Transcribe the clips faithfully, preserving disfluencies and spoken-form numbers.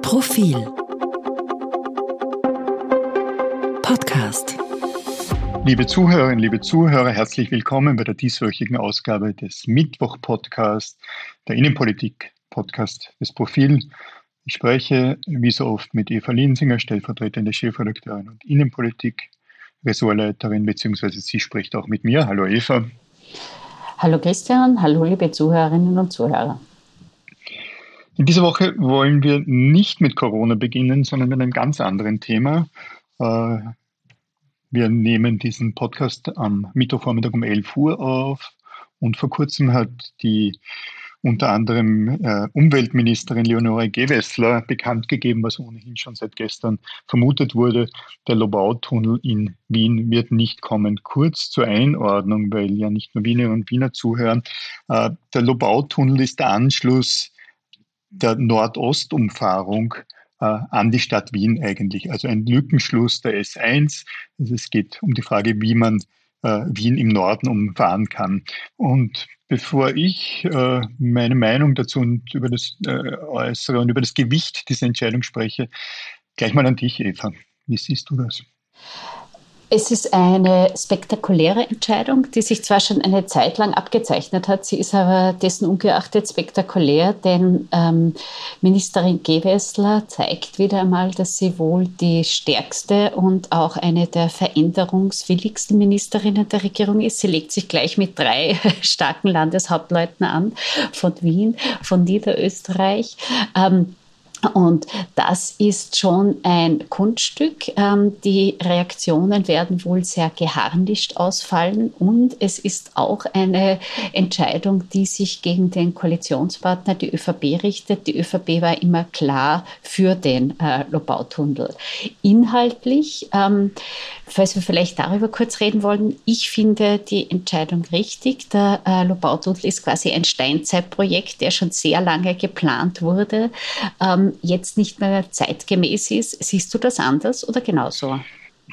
Profil Podcast. Liebe Zuhörerinnen, liebe Zuhörer, herzlich willkommen bei der dieswöchigen Ausgabe des Mittwoch-Podcasts, der Innenpolitik-Podcast des Profil. Ich spreche wie so oft mit Eva Linsinger, stellvertretende Chefredakteurin und Innenpolitik-Ressortleiterin, beziehungsweise sie spricht auch mit mir. Hallo Eva. Hallo Christian, hallo liebe Zuhörerinnen und Zuhörer. In dieser Woche wollen wir nicht mit Corona beginnen, sondern mit einem ganz anderen Thema. Wir nehmen diesen Podcast am Mittwochvormittag um elf Uhr auf und vor kurzem hat die unter anderem äh, Umweltministerin Leonore Gewessler bekannt gegeben, was ohnehin schon seit gestern vermutet wurde. Der Lobau-Tunnel in Wien wird nicht kommen. Kurz zur Einordnung, weil ja nicht nur Wiener und Wiener zuhören. Äh, der Lobau-Tunnel ist der Anschluss der Nordostumfahrung äh, an die Stadt Wien eigentlich. Also ein Lückenschluss der S eins. Also es geht um die Frage, wie man äh, Wien im Norden umfahren kann. Und bevor ich äh, meine Meinung dazu und über das äh, äußere und über das Gewicht dieser Entscheidung spreche, gleich mal an dich, Eva. Wie siehst du das? Es ist eine spektakuläre Entscheidung, die sich zwar schon eine Zeit lang abgezeichnet hat, sie ist aber dessen ungeachtet spektakulär, denn ähm, Ministerin Gewessler zeigt wieder einmal, dass sie wohl die stärkste und auch eine der veränderungswilligsten Ministerinnen der Regierung ist. Sie legt sich gleich mit drei starken Landeshauptleuten an, von Wien, von Niederösterreich. Ähm, Und das ist schon ein Kunststück. Die Reaktionen werden wohl sehr geharnischt ausfallen und es ist auch eine Entscheidung, die sich gegen den Koalitionspartner, die ÖVP, richtet. Die ÖVP war immer klar für den äh, Lobau-Tunnel. Inhaltlich, ähm, falls wir vielleicht darüber kurz reden wollen, ich finde die Entscheidung richtig. Der äh, Lobau-Tunnel ist quasi ein Steinzeitprojekt, der schon sehr lange geplant wurde. Ähm, jetzt nicht mehr zeitgemäß ist. Siehst du das anders oder genauso?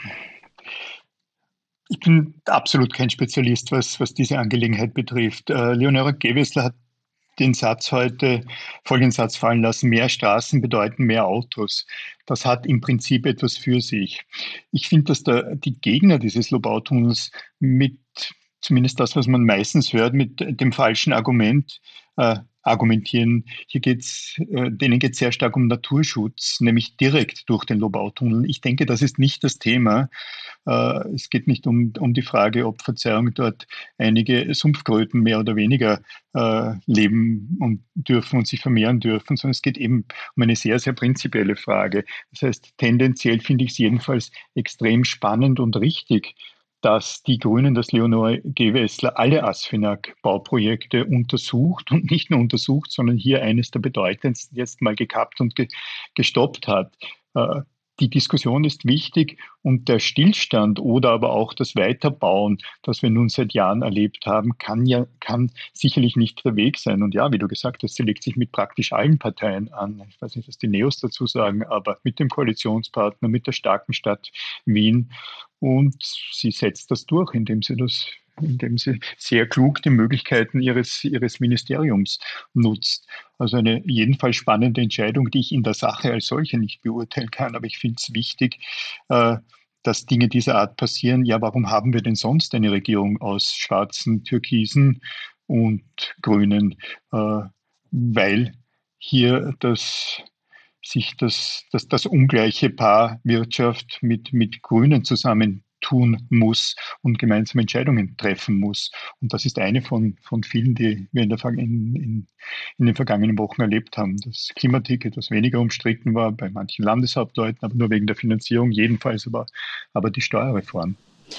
Ich bin absolut kein Spezialist, was, was diese Angelegenheit betrifft. Äh, Leonore Gewessler hat den Satz heute, folgenden Satz fallen lassen: Mehr Straßen bedeuten mehr Autos. Das hat im Prinzip etwas für sich. Ich finde, dass da die Gegner dieses Lobau-Tunnels mit, zumindest das, was man meistens hört, mit dem falschen Argument äh, argumentieren. Hier geht's, äh, denen geht es sehr stark um Naturschutz, nämlich direkt durch den Lobau-Tunnel. Ich denke, das ist nicht das Thema. Äh, es geht nicht um, um die Frage, ob, Verzeihung, dort einige Sumpfkröten mehr oder weniger äh, leben und dürfen und sich vermehren dürfen, sondern es geht eben um eine sehr, sehr prinzipielle Frage. Das heißt, tendenziell finde ich es jedenfalls extrem spannend und richtig, dass die Grünen, dass Leonore Gewessler alle ASFINAG-Bauprojekte untersucht und nicht nur untersucht, sondern hier eines der bedeutendsten jetzt mal gekappt und ge- gestoppt hat. Äh, die Diskussion ist wichtig und der Stillstand oder aber auch das Weiterbauen, das wir nun seit Jahren erlebt haben, kann ja kann sicherlich nicht der Weg sein. Und ja, wie du gesagt hast, sie legt sich mit praktisch allen Parteien an. Ich weiß nicht, was die Neos dazu sagen, aber mit dem Koalitionspartner, mit der starken Stadt Wien. Und sie setzt das durch, indem sie das, indem sie sehr klug die Möglichkeiten ihres, ihres Ministeriums nutzt. Also eine jedenfalls spannende Entscheidung, die ich in der Sache als solche nicht beurteilen kann. Aber ich finde es wichtig, äh, dass Dinge dieser Art passieren. Ja, warum haben wir denn sonst eine Regierung aus schwarzen, türkisen und grünen? Äh, weil hier das sich das, das, das ungleiche Paar Wirtschaft mit, mit Grünen zusammentun muss und gemeinsame Entscheidungen treffen muss. Und das ist eine von, von vielen, die wir in, der, in, in, in den vergangenen Wochen erlebt haben. Das Klimaticket etwas weniger umstritten war bei manchen Landeshauptleuten, aber nur wegen der Finanzierung jedenfalls, aber, aber die Steuerreform.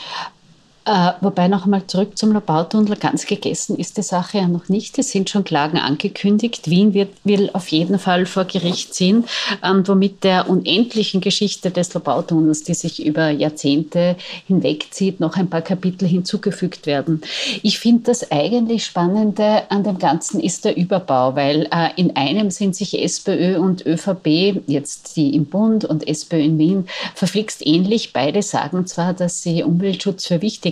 Äh, wobei noch einmal zurück zum Lobau-Tunnel, ganz gegessen ist die Sache ja noch nicht. Es sind schon Klagen angekündigt. Wien wird, will auf jeden Fall vor Gericht ziehen, ähm, womit der unendlichen Geschichte des Lobau-Tunnels, die sich über Jahrzehnte hinwegzieht, noch ein paar Kapitel hinzugefügt werden. Ich finde, das eigentlich Spannende an dem Ganzen ist der Überbau, weil äh, in einem sind sich SPÖ und ÖVP, jetzt die im Bund und SPÖ in Wien, verflixt ähnlich. Beide sagen zwar, dass sie Umweltschutz für wichtig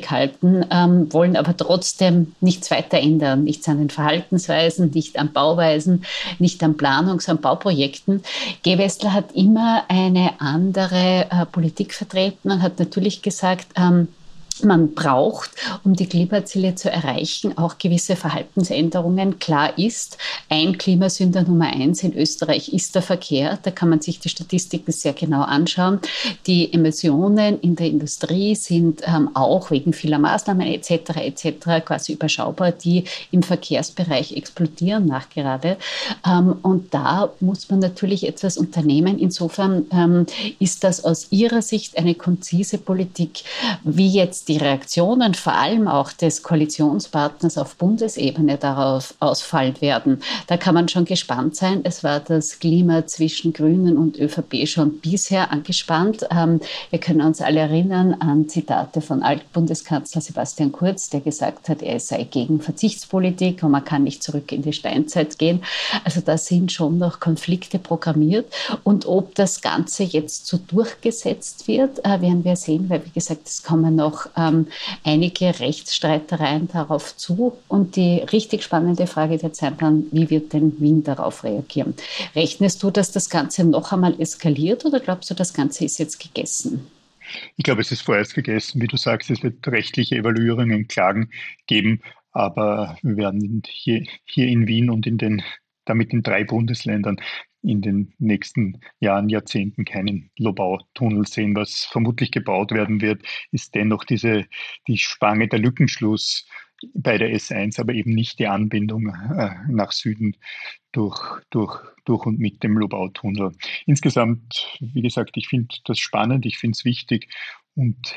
halten, ähm, wollen aber trotzdem nichts weiter ändern. Nichts an den Verhaltensweisen, nicht an Bauweisen, nicht an Planungs-, an Bauprojekten. Gewessler hat immer eine andere äh, Politik vertreten und hat natürlich gesagt, ähm, man braucht, um die Klimaziele zu erreichen, auch gewisse Verhaltensänderungen. Klar ist, ein Klimasünder Nummer eins in Österreich ist der Verkehr. Da kann man sich die Statistiken sehr genau anschauen. Die Emissionen in der Industrie sind ähm, auch wegen vieler Maßnahmen et cetera et cetera quasi überschaubar, die im Verkehrsbereich explodieren nachgerade. Ähm, und da muss man natürlich etwas unternehmen. Insofern ähm, ist das aus Ihrer Sicht eine konzise Politik, wie jetzt die Reaktionen vor allem auch des Koalitionspartners auf Bundesebene darauf ausfallen werden. Da kann man schon gespannt sein. Es war das Klima zwischen Grünen und ÖVP schon bisher angespannt. Ähm, wir können uns alle erinnern an Zitate von Altbundeskanzler Sebastian Kurz, der gesagt hat, er sei gegen Verzichtspolitik und man kann nicht zurück in die Steinzeit gehen. Also da sind schon noch Konflikte programmiert. Und ob das Ganze jetzt so durchgesetzt wird, äh, werden wir sehen, weil wie gesagt, es kommen noch ähm, einige Rechtsstreitereien darauf zu. Und die richtig spannende Frage der Zeit dann, wie wird denn Wien darauf reagieren? Rechnest du, dass das Ganze noch einmal eskaliert oder glaubst du, das Ganze ist jetzt gegessen? Ich glaube, es ist vorerst gegessen. Wie du sagst, es wird rechtliche Evaluierungen, Klagen geben, aber wir werden hier, hier in Wien und in den, damit in drei Bundesländern in den nächsten Jahren, Jahrzehnten keinen Lobau-Tunnel sehen. Was vermutlich gebaut werden wird, ist dennoch diese, die Spange, der Lückenschluss bei der S eins, aber eben nicht die Anbindung äh, nach Süden durch, durch, durch und mit dem Lobau-Tunnel. Insgesamt, wie gesagt, ich finde das spannend, ich finde es wichtig und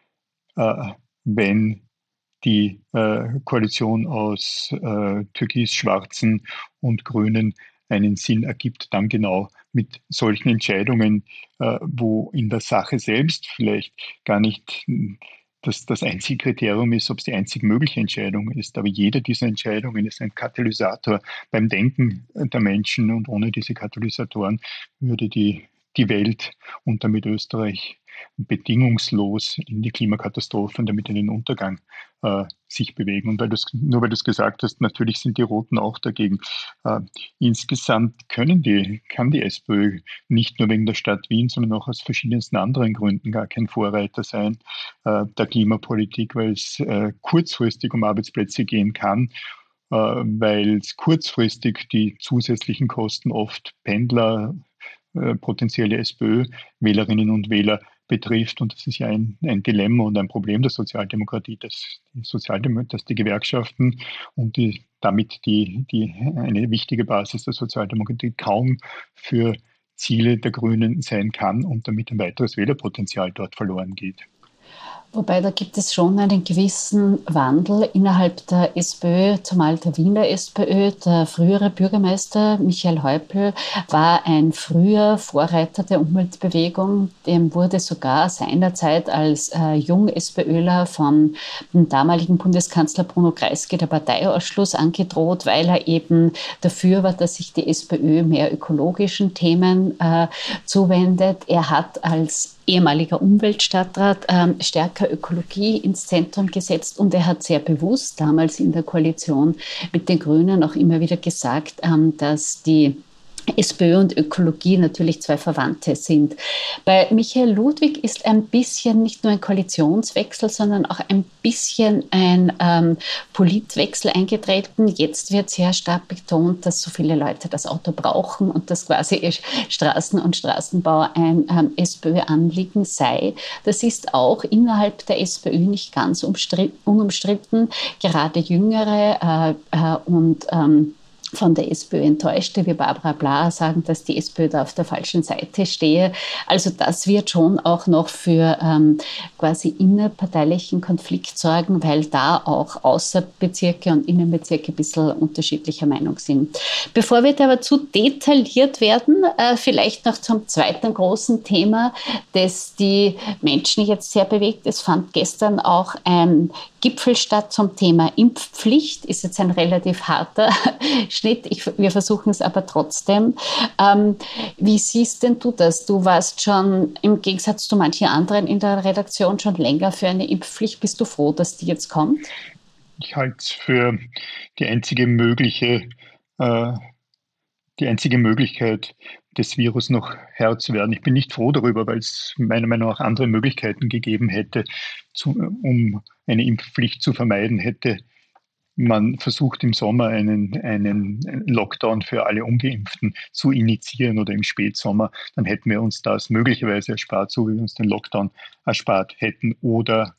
äh, wenn die äh, Koalition aus äh, Türkis-Schwarzen und Grünen einen Sinn ergibt, dann genau mit solchen Entscheidungen, äh, wo in der Sache selbst vielleicht gar nicht das, das einzige Kriterium ist, ob es die einzig mögliche Entscheidung ist. Aber jede dieser Entscheidungen ist ein Katalysator beim Denken der Menschen und ohne diese Katalysatoren würde die, die Welt und damit Österreich bedingungslos in die Klimakatastrophe und damit in den Untergang äh, sich bewegen. Und weil du's, nur weil du es gesagt hast, natürlich sind die Roten auch dagegen. Äh, insgesamt können die, kann die SPÖ nicht nur wegen der Stadt Wien, sondern auch aus verschiedensten anderen Gründen gar kein Vorreiter sein äh, der Klimapolitik, weil es äh, kurzfristig um Arbeitsplätze gehen kann, äh, weil es kurzfristig die zusätzlichen Kosten oft Pendler, äh, potenzielle SPÖ-Wählerinnen und Wähler betrifft. Und das ist ja ein, ein Dilemma und ein Problem der Sozialdemokratie, dass die, Sozialdem- dass die Gewerkschaften und die, damit die, die, eine wichtige Basis der Sozialdemokratie kaum für Ziele der Grünen sein kann und damit ein weiteres Wählerpotenzial dort verloren geht. Wobei, da gibt es schon einen gewissen Wandel innerhalb der SPÖ, zumal der Wiener SPÖ. Der frühere Bürgermeister Michael Häupl war ein früher Vorreiter der Umweltbewegung. Dem wurde sogar seinerzeit als äh, Jung-SPÖler von dem damaligen Bundeskanzler Bruno Kreisky der Parteiausschluss angedroht, weil er eben dafür war, dass sich die SPÖ mehr ökologischen Themen äh, zuwendet. Er hat als ehemaliger Umweltstadtrat ähm, stärker Ökologie ins Zentrum gesetzt und er hat sehr bewusst damals in der Koalition mit den Grünen auch immer wieder gesagt, ähm, dass die SPÖ und Ökologie natürlich zwei Verwandte sind. Bei Michael Ludwig ist ein bisschen nicht nur ein Koalitionswechsel, sondern auch ein bisschen ein ähm, Politwechsel eingetreten. Jetzt wird sehr stark betont, dass so viele Leute das Auto brauchen und dass quasi Straßen und Straßenbau ein ähm, SPÖ-Anliegen sei. Das ist auch innerhalb der SPÖ nicht ganz unumstritten. Gerade Jüngere äh, äh, und ähm, von der SPÖ enttäuschte, wie Barbara Blaha sagen, dass die SPÖ da auf der falschen Seite stehe. Also das wird schon auch noch für ähm, quasi innerparteilichen Konflikt sorgen, weil da auch Außerbezirke und Innenbezirke ein bisschen unterschiedlicher Meinung sind. Bevor wir da aber zu detailliert werden, äh, vielleicht noch zum zweiten großen Thema, das die Menschen jetzt sehr bewegt. Es fand gestern auch ein Gipfel statt zum Thema Impfpflicht. Ist jetzt ein relativ harter Abschnitt. Ich, wir versuchen es aber trotzdem. Ähm, wie siehst denn du das? Du warst schon im Gegensatz zu manchen anderen in der Redaktion schon länger für eine Impfpflicht. Bist du froh, dass die jetzt kommt? Ich halte es für die einzige mögliche, äh, die einzige Möglichkeit, des Virus noch Herr zu werden. Ich bin nicht froh darüber, weil es meiner Meinung nach andere Möglichkeiten gegeben hätte, zu, um eine Impfpflicht zu vermeiden, hätte man versucht im Sommer einen, einen Lockdown für alle Ungeimpften zu initiieren oder im Spätsommer, dann hätten wir uns das möglicherweise erspart, so wie wir uns den Lockdown erspart hätten, oder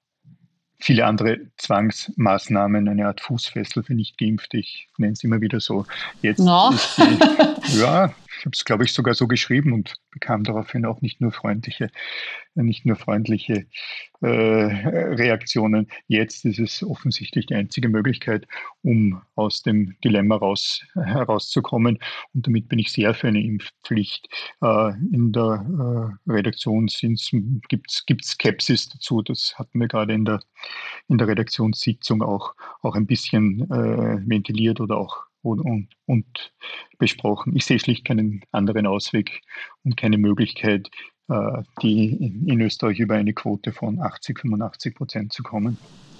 viele andere Zwangsmaßnahmen, eine Art Fußfessel für Nicht-Geimpfte, ich nenne es immer wieder so. Jetzt no. ist die, ja, ich habe es, glaube ich, sogar so geschrieben und bekam daraufhin auch nicht nur freundliche, nicht nur freundliche äh, Reaktionen. Jetzt ist es offensichtlich die einzige Möglichkeit, um aus dem Dilemma raus, herauszukommen. Und damit bin ich sehr für eine Impfpflicht. Äh, in der äh, Redaktion gibt es Skepsis dazu. Das hatten wir gerade in der, in der Redaktionssitzung auch, auch ein bisschen äh, ventiliert oder auch und, und, und besprochen. Ich sehe schlicht keinen anderen Ausweg und keine Möglichkeit, äh, die in, in Österreich über eine Quote von achtzig, fünfundachtzig Prozent zu kommen.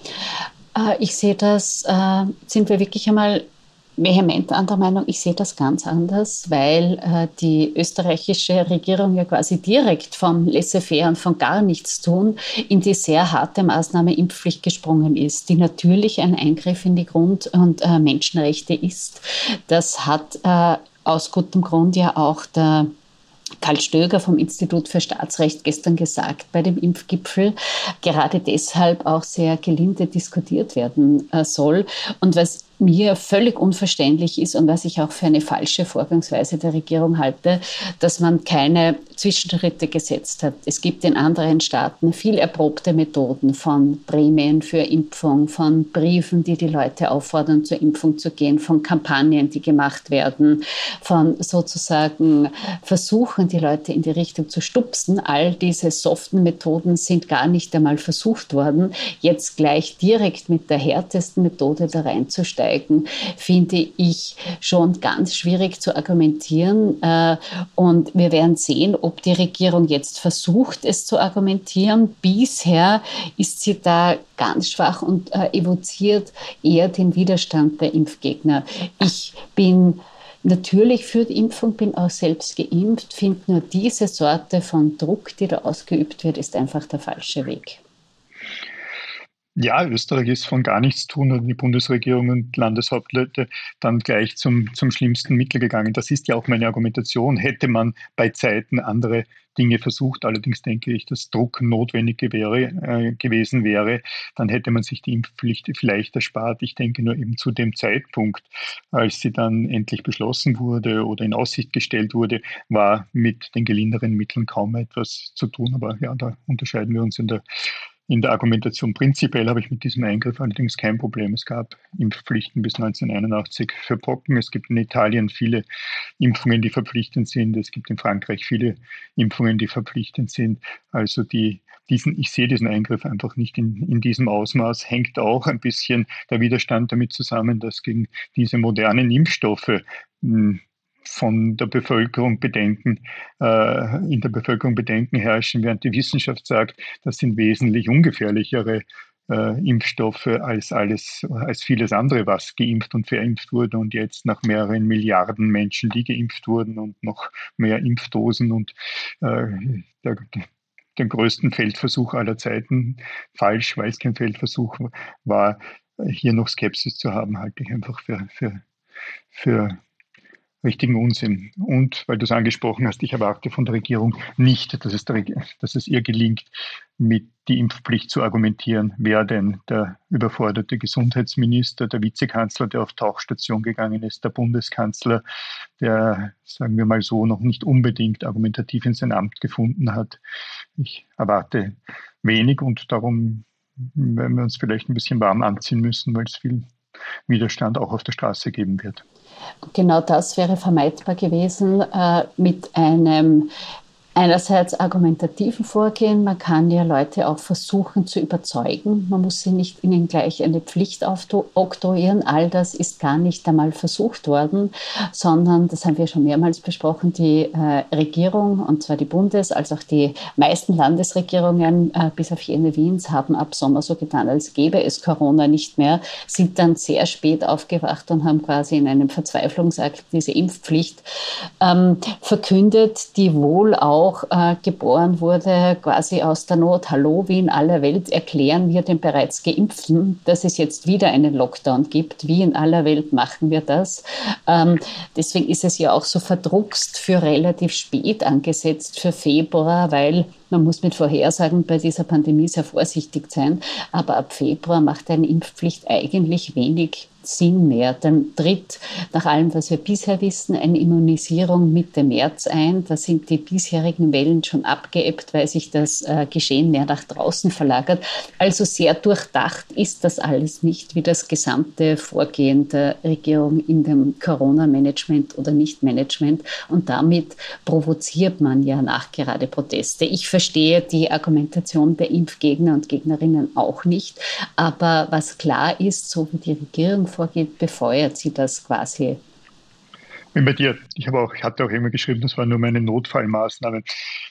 Äh, ich sehe das, äh, sind wir wirklich einmal vehement anderer Meinung. Ich sehe das ganz anders, weil äh, die österreichische Regierung ja quasi direkt vom Laissez-faire und von gar nichts tun in die sehr harte Maßnahme Impfpflicht gesprungen ist, die natürlich ein Eingriff in die Grund- und äh, Menschenrechte ist. Das hat äh, aus gutem Grund ja auch der Karl Stöger vom Institut für Staatsrecht gestern gesagt bei dem Impfgipfel, gerade deshalb auch sehr gelinde diskutiert werden äh, soll. Und was mir völlig unverständlich ist und was ich auch für eine falsche Vorgangsweise der Regierung halte, dass man keine Zwischenschritte gesetzt hat. Es gibt in anderen Staaten viel erprobte Methoden von Prämien für Impfung, von Briefen, die die Leute auffordern, zur Impfung zu gehen, von Kampagnen, die gemacht werden, von sozusagen Versuchen, die Leute in die Richtung zu stupsen. All diese soften Methoden sind gar nicht einmal versucht worden. Jetzt gleich direkt mit der härtesten Methode da reinzusteigen, finde ich schon ganz schwierig zu argumentieren. Und wir werden sehen, ob die Regierung jetzt versucht, es zu argumentieren. Bisher ist sie da ganz schwach und evoziert eher den Widerstand der Impfgegner. Ich bin natürlich für die Impfung, bin auch selbst geimpft, finde nur diese Sorte von Druck, die da ausgeübt wird, ist einfach der falsche Weg. Ja, Österreich ist von gar nichts tun und die Bundesregierung und Landeshauptleute dann gleich zum, zum schlimmsten Mittel gegangen. Das ist ja auch meine Argumentation. Hätte man bei Zeiten andere Dinge versucht, allerdings denke ich, dass Druck notwendig wäre, äh, gewesen wäre, dann hätte man sich die Impfpflicht vielleicht erspart. Ich denke nur eben zu dem Zeitpunkt, als sie dann endlich beschlossen wurde oder in Aussicht gestellt wurde, war mit den gelinderen Mitteln kaum etwas zu tun. Aber ja, da unterscheiden wir uns in der In der Argumentation. Prinzipiell habe ich mit diesem Eingriff allerdings kein Problem. Es gab Impfpflichten bis neunzehnhunderteinundachtzig für Pocken. Es gibt in Italien viele Impfungen, die verpflichtend sind. Es gibt in Frankreich viele Impfungen, die verpflichtend sind. Also die, diesen, ich sehe diesen Eingriff einfach nicht in, in diesem Ausmaß. Hängt auch ein bisschen der Widerstand damit zusammen, dass gegen diese modernen Impfstoffe mh, von der Bevölkerung Bedenken, äh, in der Bevölkerung Bedenken herrschen, während die Wissenschaft sagt, das sind wesentlich ungefährlichere äh, Impfstoffe als alles, als vieles andere, was geimpft und verimpft wurde und jetzt nach mehreren Milliarden Menschen, die geimpft wurden und noch mehr Impfdosen und äh, der, den größten Feldversuch aller Zeiten, falsch, weil es kein Feldversuch war, hier noch Skepsis zu haben, halte ich einfach für, für, für richtigen Unsinn. Und weil du es angesprochen hast, ich erwarte von der Regierung nicht, dass es, der, dass es ihr gelingt, mit die Impfpflicht zu argumentieren. Wer denn der überforderte Gesundheitsminister, der Vizekanzler, der auf Tauchstation gegangen ist, der Bundeskanzler, der, sagen wir mal so, noch nicht unbedingt argumentativ in sein Amt gefunden hat. Ich erwarte wenig und darum werden wir uns vielleicht ein bisschen warm anziehen müssen, weil es viel Widerstand auch auf der Straße geben wird. Genau das wäre vermeidbar gewesen äh, mit einem Einerseits argumentativen Vorgehen. Man kann ja Leute auch versuchen zu überzeugen. Man muss sie nicht ihnen gleich eine Pflicht aufoktroyieren. All das ist gar nicht einmal versucht worden, sondern, das haben wir schon mehrmals besprochen, die äh, Regierung, und zwar die Bundes- als auch die meisten Landesregierungen, äh, bis auf jene Wiens, haben ab Sommer so getan, als gäbe es Corona nicht mehr, sind dann sehr spät aufgewacht und haben quasi in einem Verzweiflungsakt diese Impfpflicht ähm, verkündet, die wohl auch auch äh, geboren wurde, quasi aus der Not. Hallo, wie in aller Welt erklären wir den bereits Geimpften, dass es jetzt wieder einen Lockdown gibt. Wie in aller Welt machen wir das? Ähm, deswegen ist es ja auch so verdruckst für relativ spät angesetzt, für Februar, weil man muss mit Vorhersagen bei dieser Pandemie sehr vorsichtig sein. Aber ab Februar macht eine Impfpflicht eigentlich wenig Sinn mehr. Dann tritt nach allem, was wir bisher wissen, eine Immunisierung Mitte März ein. Da sind die bisherigen Wellen schon abgeebbt, weil sich das äh, Geschehen mehr nach draußen verlagert. Also sehr durchdacht ist das alles nicht, wie das gesamte Vorgehen der Regierung in dem Corona-Management oder Nicht-Management. Und damit provoziert man ja nachgerade Proteste. Ich verstehe die Argumentation der Impfgegner und Gegnerinnen auch nicht. Aber was klar ist, so wie die Regierung vorgeht, befeuert sie das quasi. Ich bin bei dir. Ich habe auch, ich hatte auch immer geschrieben, das war nur meine Notfallmaßnahme.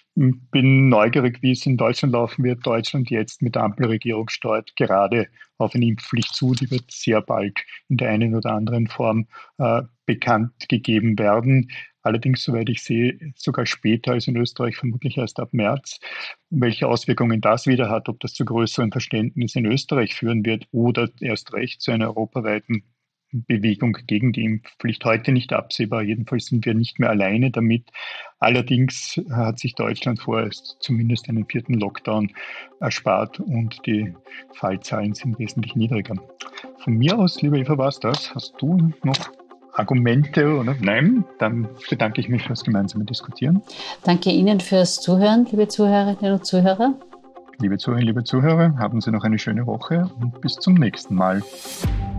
Bin neugierig, wie es in Deutschland laufen wird. Deutschland jetzt mit der Ampelregierung steuert gerade auf eine Impfpflicht zu. Die wird sehr bald in der einen oder anderen Form äh, bekannt gegeben werden. Allerdings, soweit ich sehe, sogar später als in Österreich, vermutlich erst ab März. Welche Auswirkungen das wieder hat, ob das zu größerem Verständnis in Österreich führen wird oder erst recht zu einer europaweiten Bewegung gegen die Impfpflicht, heute nicht absehbar. Jedenfalls sind wir nicht mehr alleine damit. Allerdings hat sich Deutschland vorerst zumindest einen vierten Lockdown erspart und die Fallzahlen sind wesentlich niedriger. Von mir aus, liebe Eva, war es das. Hast du noch Argumente oder nein? Dann bedanke ich mich fürs gemeinsame Diskutieren. Danke Ihnen fürs Zuhören, liebe Zuhörerinnen und Zuhörer. Liebe Zuhörerinnen, liebe Zuhörer, haben Sie noch eine schöne Woche und bis zum nächsten Mal.